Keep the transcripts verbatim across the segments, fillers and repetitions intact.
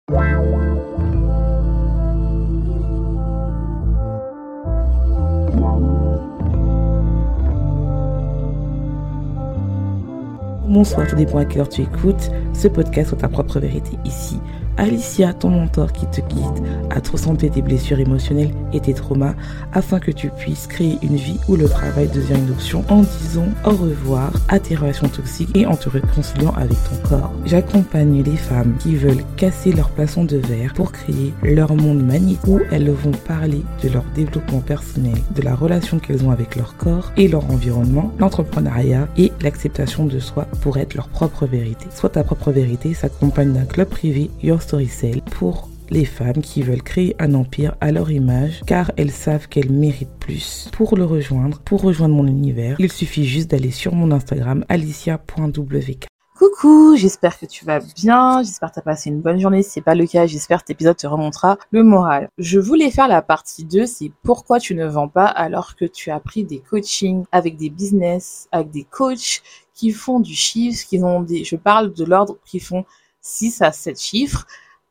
Bonsoir, tout dépend à quelle heure tu écoutes ce podcast sur ta propre vérité. Ici, Alicia, ton mentor qui te guide à transcender tes blessures émotionnelles et tes traumas afin que tu puisses créer une vie où le travail devient une option en disant au revoir à tes relations toxiques et en te réconciliant avec ton corps. J'accompagne les femmes qui veulent casser leur plafond de verre pour créer leur monde magnétique où elles vont parler de leur développement personnel, de la relation qu'elles ont avec leur corps et leur environnement, l'entrepreneuriat et l'acceptation de soi pour être leur propre vérité. Soit ta propre vérité s'accompagne d'un club privé Your Story Cell pour les femmes qui veulent créer un empire à leur image car elles savent qu'elles méritent plus. Pour le rejoindre, pour rejoindre mon univers, il suffit juste d'aller sur mon Instagram alicia point w k. Coucou, j'espère que tu vas bien, j'espère que tu as passé une bonne journée, si c'est pas le cas, j'espère que cet épisode te remontera le moral. Je voulais faire la partie deux, c'est pourquoi tu ne vends pas alors que tu as pris des coachings avec des business, avec des coachs qui font du chiffre, qui ont des, je parle de l'ordre qui font six à sept chiffres.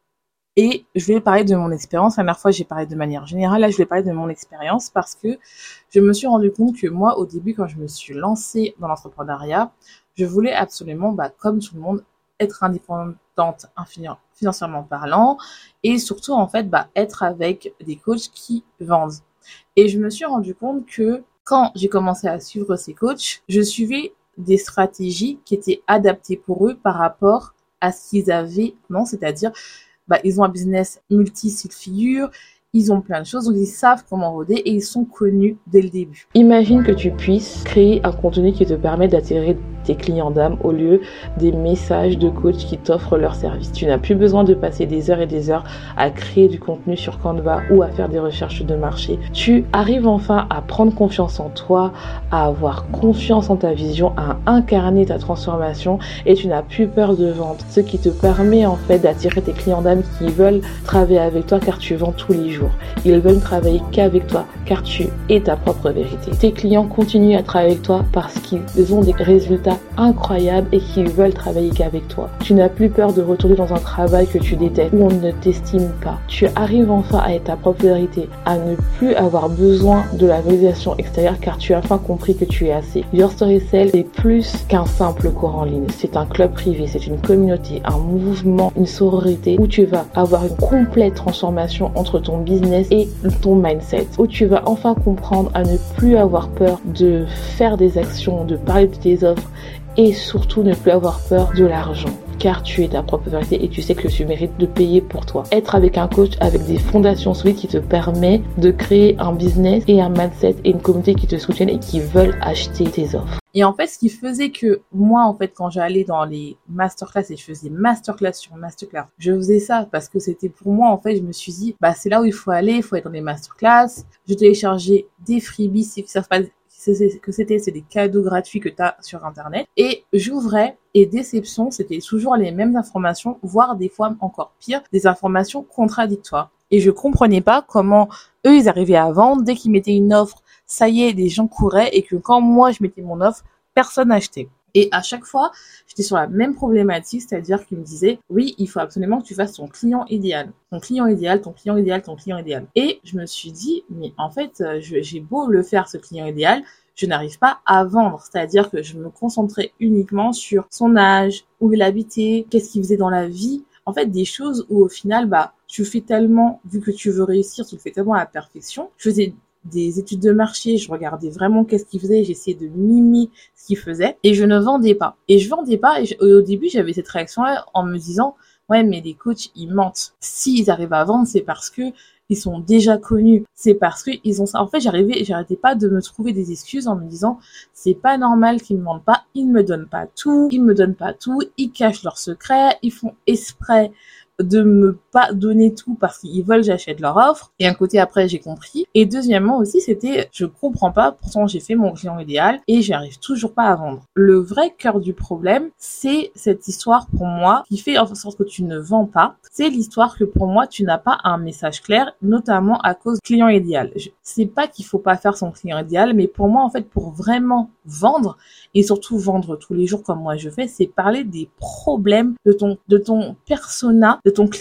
Et je vais parler de mon expérience. La dernière fois, j'ai parlé de manière générale. Là, je vais parler de mon expérience parce que je me suis rendu compte que moi, au début, quand je me suis lancée dans l'entrepreneuriat, je voulais absolument, bah, comme tout le monde, être indépendante financièrement parlant et surtout, en fait, bah, être avec des coachs qui vendent. Et je me suis rendu compte que quand j'ai commencé à suivre ces coachs, je suivais des stratégies qui étaient adaptées pour eux par rapport à ce qu'ils avaient, non, c'est-à-dire bah, ils ont un business multi-six-figures, ils ont plein de choses, donc ils savent comment rôder et ils sont connus dès le début. Imagine que tu puisses créer un contenu qui te permet d'attirer tes clients d'âme au lieu des messages de coach qui t'offrent leurs services. Tu n'as plus besoin de passer des heures et des heures à créer du contenu sur Canva ou à faire des recherches de marché. Tu arrives enfin à prendre confiance en toi, à avoir confiance en ta vision, à incarner ta transformation et tu n'as plus peur de vendre. Ce qui te permet en fait d'attirer tes clients d'âme qui veulent travailler avec toi car tu vends tous les jours. Ils veulent travailler qu'avec toi car tu es ta propre vérité. Tes clients continuent à travailler avec toi parce qu'ils ont des résultats incroyables et qu'ils veulent travailler qu'avec toi. Tu n'as plus peur de retourner dans un travail que tu détestes où on ne t'estime pas. Tu arrives enfin à être ta propre vérité, à ne plus avoir besoin de la validation extérieure car tu as enfin compris que tu es assez. Your Story Cell est plus qu'un simple cours en ligne. C'est un club privé, c'est une communauté, un mouvement, une sororité où tu vas avoir une complète transformation entre ton business et ton mindset, où tu vas enfin comprendre à ne plus avoir peur de faire des actions, de parler de tes offres et surtout ne plus avoir peur de l'argent car tu es ta propre vérité et tu sais que tu mérites de payer pour toi. Être avec un coach avec des fondations solides qui te permet de créer un business et un mindset et une communauté qui te soutiennent et qui veulent acheter tes offres. Et en fait, ce qui faisait que moi, en fait, quand j'allais dans les masterclass et je faisais masterclass sur masterclass, je faisais ça parce que c'était pour moi, en fait, je me suis dit, bah, c'est là où il faut aller, il faut être dans les masterclass. Je téléchargeais des freebies, si vous savez pas que c'était, c'est des cadeaux gratuits que tu as sur Internet. Et j'ouvrais et déception, c'était toujours les mêmes informations, voire des fois encore pire, des informations contradictoires. Et je comprenais pas comment eux, ils arrivaient à vendre. Dès qu'ils mettaient une offre, ça y est, des gens couraient et que quand moi, je mettais mon offre, personne n'achetait. Et à chaque fois, j'étais sur la même problématique, c'est-à-dire qu'ils me disaient, oui, il faut absolument que tu fasses ton client idéal. Ton client idéal, ton client idéal, ton client idéal. Et je me suis dit, mais en fait, je, j'ai beau le faire, ce client idéal, je n'arrive pas à vendre. C'est-à-dire que je me concentrais uniquement sur son âge, où il habitait, qu'est-ce qu'il faisait dans la vie. En fait, des choses où au final, bah, tu fais tellement, vu que tu veux réussir, tu le fais tellement à la perfection. Je faisais des études de marché, je regardais vraiment qu'est-ce qu'il faisait, j'essayais de mimer ce qu'il faisait et je ne vendais pas. Et je vendais pas et, je, et au début, j'avais cette réaction-là en me disant « Ouais, mais les coachs, ils mentent. S'ils arrivent à vendre, c'est parce que ils sont déjà connus. C'est parce que ils ont ça. » En fait, j'arrivais, j'arrêtais pas de me trouver des excuses en me disant « C'est pas normal qu'ils me mentent pas. Ils me donnent pas tout. Ils me donnent pas tout. Ils cachent leurs secrets. Ils font exprès de me pas donner tout parce qu'ils veulent que j'achète leur offre. » Et un côté après, j'ai compris. Et deuxièmement aussi, c'était, je comprends pas, pourtant j'ai fait mon client idéal et j'arrive toujours pas à vendre. Le vrai cœur du problème, c'est cette histoire pour moi qui fait en sorte que tu ne vends pas. C'est l'histoire que pour moi, tu n'as pas un message clair, notamment à cause du client idéal. Je sais pas qu'il faut pas faire son client idéal, mais pour moi, en fait, pour vraiment vendre, et surtout vendre tous les jours comme moi je fais, c'est parler des problèmes de ton, de ton persona, de ton client d'âme.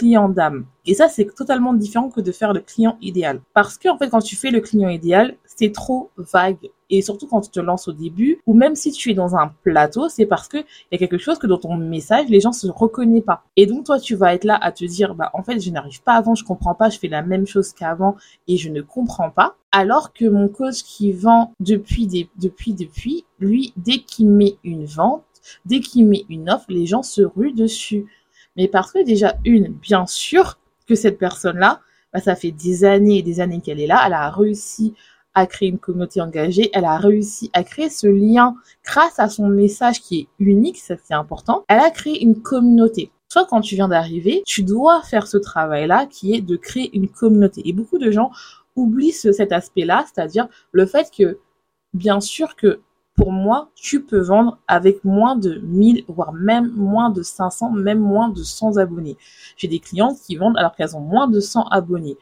d'âme. Et ça, c'est totalement différent que de faire le client idéal. Parce que, en fait, quand tu fais le client idéal, c'est trop vague. Et surtout quand tu te lances au début, ou même si tu es dans un plateau, c'est parce que il y a quelque chose que dans ton message, les gens se reconnaissent pas. Et donc, toi, tu vas être là à te dire, bah, en fait, je n'arrive pas avant, je comprends pas, je fais la même chose qu'avant et je ne comprends pas. Alors que mon coach qui vend depuis des, depuis, depuis, lui, dès qu'il met une vente, dès qu'il met une offre, les gens se ruent dessus. Mais parce que déjà, une, bien sûr que cette personne-là, bah, ça fait des années et des années qu'elle est là, elle a réussi à créer une communauté engagée, elle a réussi à créer ce lien grâce à son message qui est unique, ça c'est important. Elle a créé une communauté. Toi, quand tu viens d'arriver, tu dois faire ce travail-là qui est de créer une communauté. Et beaucoup de gens oublient ce, cet aspect-là, c'est-à-dire le fait que, bien sûr que pour moi, tu peux vendre avec moins de mille, voire même moins de cinq cents, même moins de cent abonnés. J'ai des clientes qui vendent alors qu'elles ont moins de cent abonnés.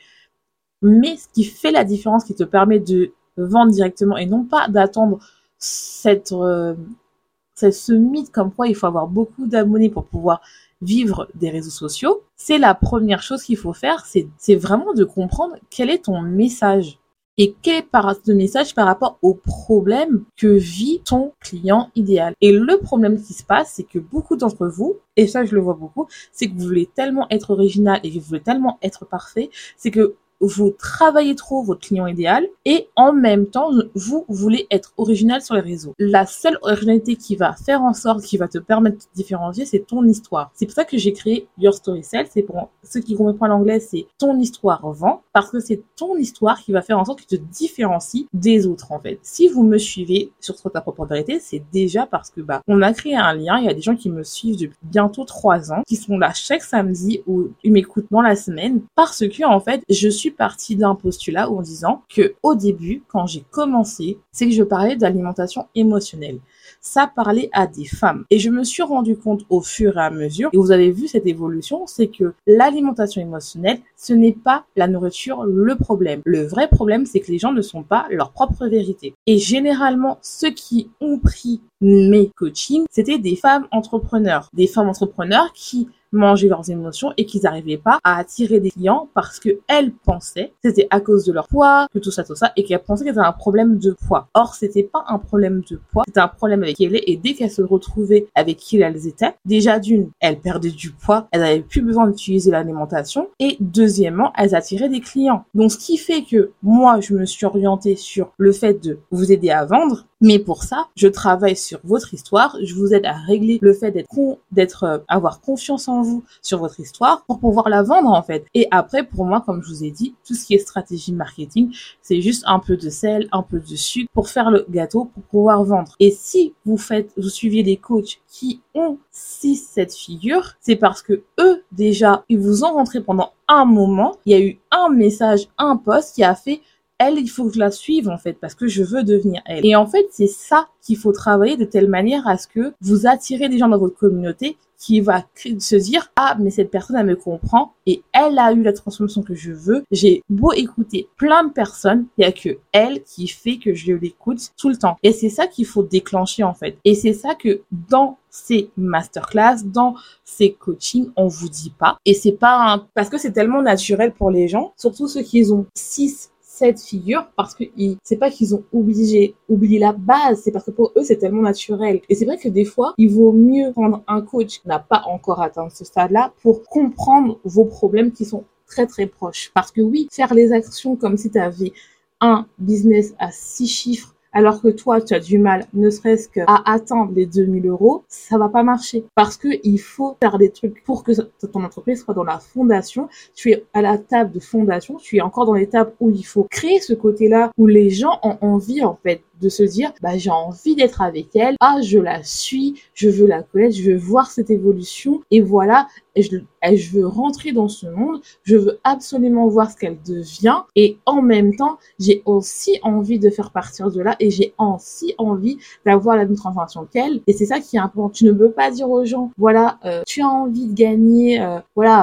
Mais ce qui fait la différence, qui te permet de vendre directement et non pas d'attendre cette, euh, cette, ce mythe comme quoi il faut avoir beaucoup d'abonnés pour pouvoir vivre des réseaux sociaux, c'est la première chose qu'il faut faire, c'est, c'est vraiment de comprendre quel est ton message. Et quel est par ce message par rapport au problème que vit ton client idéal. Et le problème qui se passe, c'est que beaucoup d'entre vous, et ça je le vois beaucoup, c'est que vous voulez tellement être original et que vous voulez tellement être parfait, c'est que vous travaillez trop votre client idéal et en même temps, vous voulez être original sur les réseaux. La seule originalité qui va faire en sorte, qui va te permettre de te différencier, c'est ton histoire. C'est pour ça que j'ai créé Your Story Sells. C'est pour ceux qui comprennent l'anglais, c'est ton histoire vend, parce que c'est ton histoire qui va faire en sorte que tu te différencies des autres, en fait. Si vous me suivez sur ta propre vérité, c'est déjà parce que, bah, on a créé un lien. Il y a des gens qui me suivent depuis bientôt trois ans, qui sont là chaque samedi ou ils m'écoutent dans la semaine parce que, en fait, je suis partie d'un postulat en disant que au début, quand j'ai commencé, c'est que je parlais d'alimentation émotionnelle. Ça parlait à des femmes. Et je me suis rendu compte au fur et à mesure, et vous avez vu cette évolution, c'est que l'alimentation émotionnelle, ce n'est pas la nourriture le problème. Le vrai problème, c'est que les gens ne sont pas leur propre vérité. Et généralement, ceux qui ont pris mes coachings, c'était des femmes entrepreneurs. Des femmes entrepreneurs qui manger leurs émotions et qu'ils n'arrivaient pas à attirer des clients parce que elles pensaient que c'était à cause de leur poids, que tout ça, tout ça, et qu'elles pensaient qu'elles avaient un problème de poids. Or, c'était pas un problème de poids, c'était un problème avec qui elles étaient, et dès qu'elles se retrouvaient avec qui elles étaient, déjà d'une, elles perdaient du poids, elles n'avaient plus besoin d'utiliser l'alimentation, et deuxièmement, elles attiraient des clients. Donc, ce qui fait que moi, je me suis orientée sur le fait de vous aider à vendre. Mais pour ça, je travaille sur votre histoire. Je vous aide à régler le fait d'être con, d'être, euh, avoir confiance en vous sur votre histoire pour pouvoir la vendre, en fait. Et après, pour moi, comme je vous ai dit, tout ce qui est stratégie marketing, c'est juste un peu de sel, un peu de sucre pour faire le gâteau, pour pouvoir vendre. Et si vous faites, vous suiviez des coachs qui ont six, sept figures, c'est parce que eux, déjà, ils vous ont rentré pendant un moment. Il y a eu un message, un post qui a fait elle, il faut que je la suive, en fait, parce que je veux devenir elle. Et en fait, c'est ça qu'il faut travailler de telle manière à ce que vous attirez des gens dans votre communauté qui va se dire, ah, mais cette personne, elle me comprend et elle a eu la transformation que je veux. J'ai beau écouter plein de personnes, il y a que elle qui fait que je l'écoute tout le temps. Et c'est ça qu'il faut déclencher, en fait. Et c'est ça que dans ces masterclass, dans ces coachings, on vous dit pas. Et c'est pas un, parce que c'est tellement naturel pour les gens, surtout ceux qui ont six cette figure, parce que ils, c'est pas qu'ils ont obligé, oublié la base, c'est parce que pour eux, c'est tellement naturel. Et c'est vrai que des fois, il vaut mieux prendre un coach qui n'a pas encore atteint ce stade-là pour comprendre vos problèmes qui sont très très proches. Parce que oui, faire les actions comme si tu avais un business à six chiffres, alors que toi, tu as du mal, ne serait-ce qu'à atteindre les deux mille euros, ça va pas marcher. Parce que il faut faire des trucs pour que ton entreprise soit dans la fondation. Tu es à la table de fondation, tu es encore dans l'étape où il faut créer ce côté-là, où les gens ont envie, en fait, de se dire, bah, j'ai envie d'être avec elle. Ah, je la suis, je veux la connaître, je veux voir cette évolution. Et voilà, je, je veux rentrer dans ce monde. Je veux absolument voir ce qu'elle devient. Et en même temps, j'ai aussi envie de faire partir de là et j'ai aussi envie d'avoir la même transformation qu'elle. Et c'est ça qui est important. Tu ne peux pas dire aux gens, voilà, euh, tu as envie de gagner, euh, voilà, euh,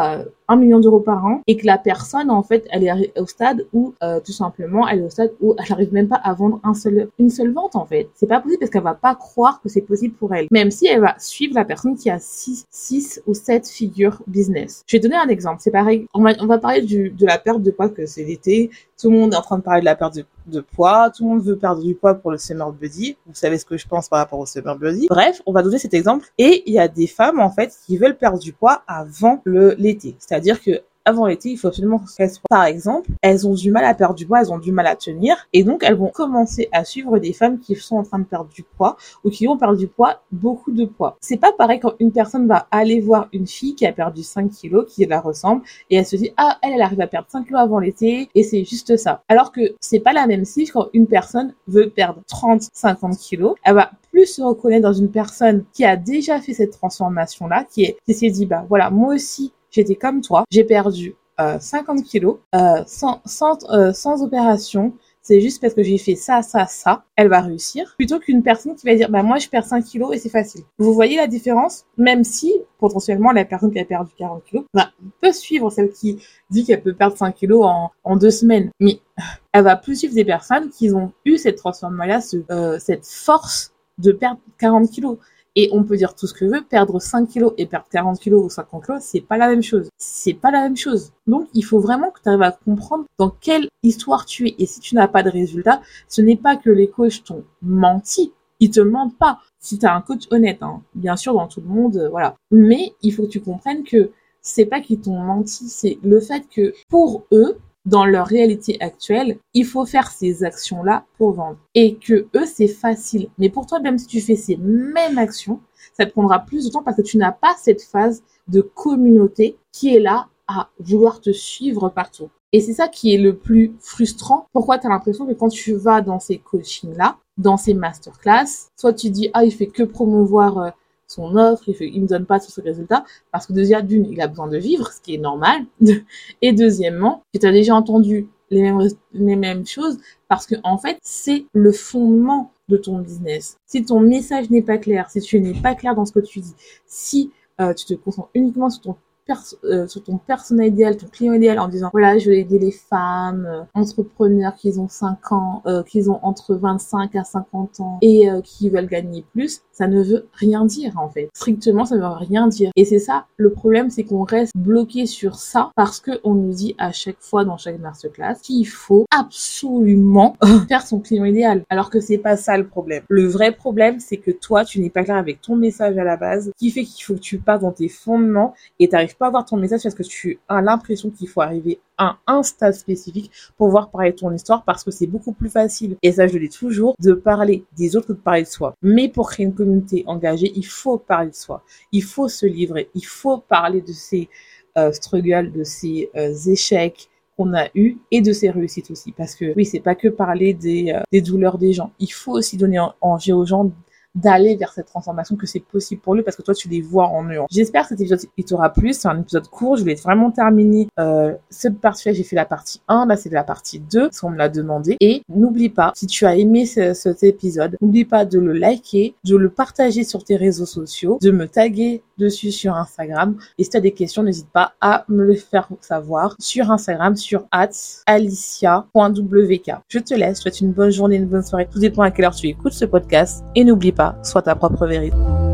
un million d'euros par an et que la personne, en fait, elle est au stade où, euh, tout simplement, elle est au stade où elle n'arrive même pas à vendre un seul, une seule vente, en fait. C'est pas possible parce qu'elle va pas croire que c'est possible pour elle. Même si elle va suivre la personne qui a six, six ou sept figures business. Je vais donner un exemple. C'est pareil. On va, on va parler du, de la perte de poids, que c'est l'été. Tout le monde est en train de parler de la perte de, de poids. Tout le monde veut perdre du poids pour le Summer Body. Vous savez ce que je pense par rapport au Summer Body. Bref, on va donner cet exemple. Et il y a des femmes, en fait, qui veulent perdre du poids avant le, l'été. C'est-à-dire que avant l'été, il faut absolument qu'elles soient. Par exemple, elles ont du mal à perdre du poids, elles ont du mal à tenir, et donc elles vont commencer à suivre des femmes qui sont en train de perdre du poids ou qui vont perdre du poids, beaucoup de poids. C'est pas pareil quand une personne va aller voir une fille qui a perdu cinq kilos, qui la ressemble, et elle se dit ah elle, elle arrive à perdre cinq kilos avant l'été, et c'est juste ça. Alors que c'est pas la même chose quand une personne veut perdre trente, cinquante kilos, elle va plus se reconnaître dans une personne qui a déjà fait cette transformation-là, qui est qui s'est dit bah voilà moi aussi j'étais comme toi, j'ai perdu euh, cinquante kilos euh, sans, sans, euh, sans opération, c'est juste parce que j'ai fait ça, ça, ça, elle va réussir, plutôt qu'une personne qui va dire, bah moi je perds cinq kilos et c'est facile. Vous voyez la différence? Même si, potentiellement, la personne qui a perdu quarante kilos bah, peut suivre celle qui dit qu'elle peut perdre cinq kilos en, en deux semaines, mais elle va plus suivre des personnes qui ont eu cette transformation-là, ce, euh, cette force de perdre quarante kilos. Et on peut dire tout ce que veut, perdre cinq kilos et perdre quarante kilos ou cinquante kilos, c'est pas la même chose. C'est pas la même chose. Donc, il faut vraiment que tu arrives à comprendre dans quelle histoire tu es. Et si tu n'as pas de résultat, ce n'est pas que les coachs t'ont menti. Ils te mentent pas. Si tu as un coach honnête, hein, bien sûr, dans tout le monde, euh, voilà. Mais il faut que tu comprennes que c'est pas qu'ils t'ont menti, c'est le fait que pour eux, dans leur réalité actuelle, il faut faire ces actions-là pour vendre. Et que eux, c'est facile. Mais pour toi, même si tu fais ces mêmes actions, ça te prendra plus de temps parce que tu n'as pas cette phase de communauté qui est là à vouloir te suivre partout. Et c'est ça qui est le plus frustrant. Pourquoi tu as l'impression que quand tu vas dans ces coachings-là, dans ces masterclass, soit tu dis, ah, il fait que promouvoir euh, son offre, il fait, il me donne pas tous ses résultats, parce que déjà, d'une, il a besoin de vivre, ce qui est normal, et deuxièmement, que tu as déjà entendu les mêmes, les mêmes choses, parce que, en fait, c'est le fondement de ton business. Si ton message n'est pas clair, si tu n'es pas clair dans ce que tu dis, si euh, tu te concentres uniquement sur ton Perso- euh, sur ton persona idéal, ton client idéal, en disant voilà, je vais aider les femmes euh, entrepreneurs qui ont cinq ans, euh, qui ont entre vingt-cinq à cinquante ans et euh, qui veulent gagner plus, ça ne veut rien dire en fait. Strictement, ça ne veut rien dire. Et c'est ça, le problème, c'est qu'on reste bloqué sur ça parce que on nous dit à chaque fois dans chaque masterclass qu'il faut absolument faire son client idéal. Alors que c'est pas ça le problème. Le vrai problème, c'est que toi, tu n'es pas clair avec ton message à la base, qui fait qu'il faut que tu passes dans tes fondements et t'arrives pas à voir ton message parce que tu as l'impression qu'il faut arriver à un stade spécifique pour pouvoir parler de ton histoire parce que c'est beaucoup plus facile. Et ça, je le dis toujours, de parler des autres que de parler de soi. Mais pour créer une communauté engagée, il faut parler de soi. Il faut se livrer. Il faut parler de ses euh, struggles, de ses euh, échecs qu'on a eu et de ses réussites aussi. Parce que oui, c'est pas que parler des, euh, des douleurs des gens. Il faut aussi donner envie aux gens d'aller vers cette transformation, que c'est possible pour lui parce que toi tu les vois en eux. J'espère que cet épisode il t'aura plu. C'est un épisode court, je voulais vraiment terminer euh, cette partie-là. J'ai fait la partie un, là c'est la partie deux parce qu'on me l'a demandé. Et n'oublie pas, si tu as aimé ce, cet épisode, n'oublie pas de le liker, de le partager sur tes réseaux sociaux, de me taguer dessus sur Instagram. Et si tu as des questions, n'hésite pas à me le faire savoir sur Instagram, sur arobase alicia point w k. Je te laisse, je te souhaite une bonne journée, une bonne soirée. Tout dépend à quelle heure tu écoutes ce podcast. Et n'oublie pas, sois ta propre vérité.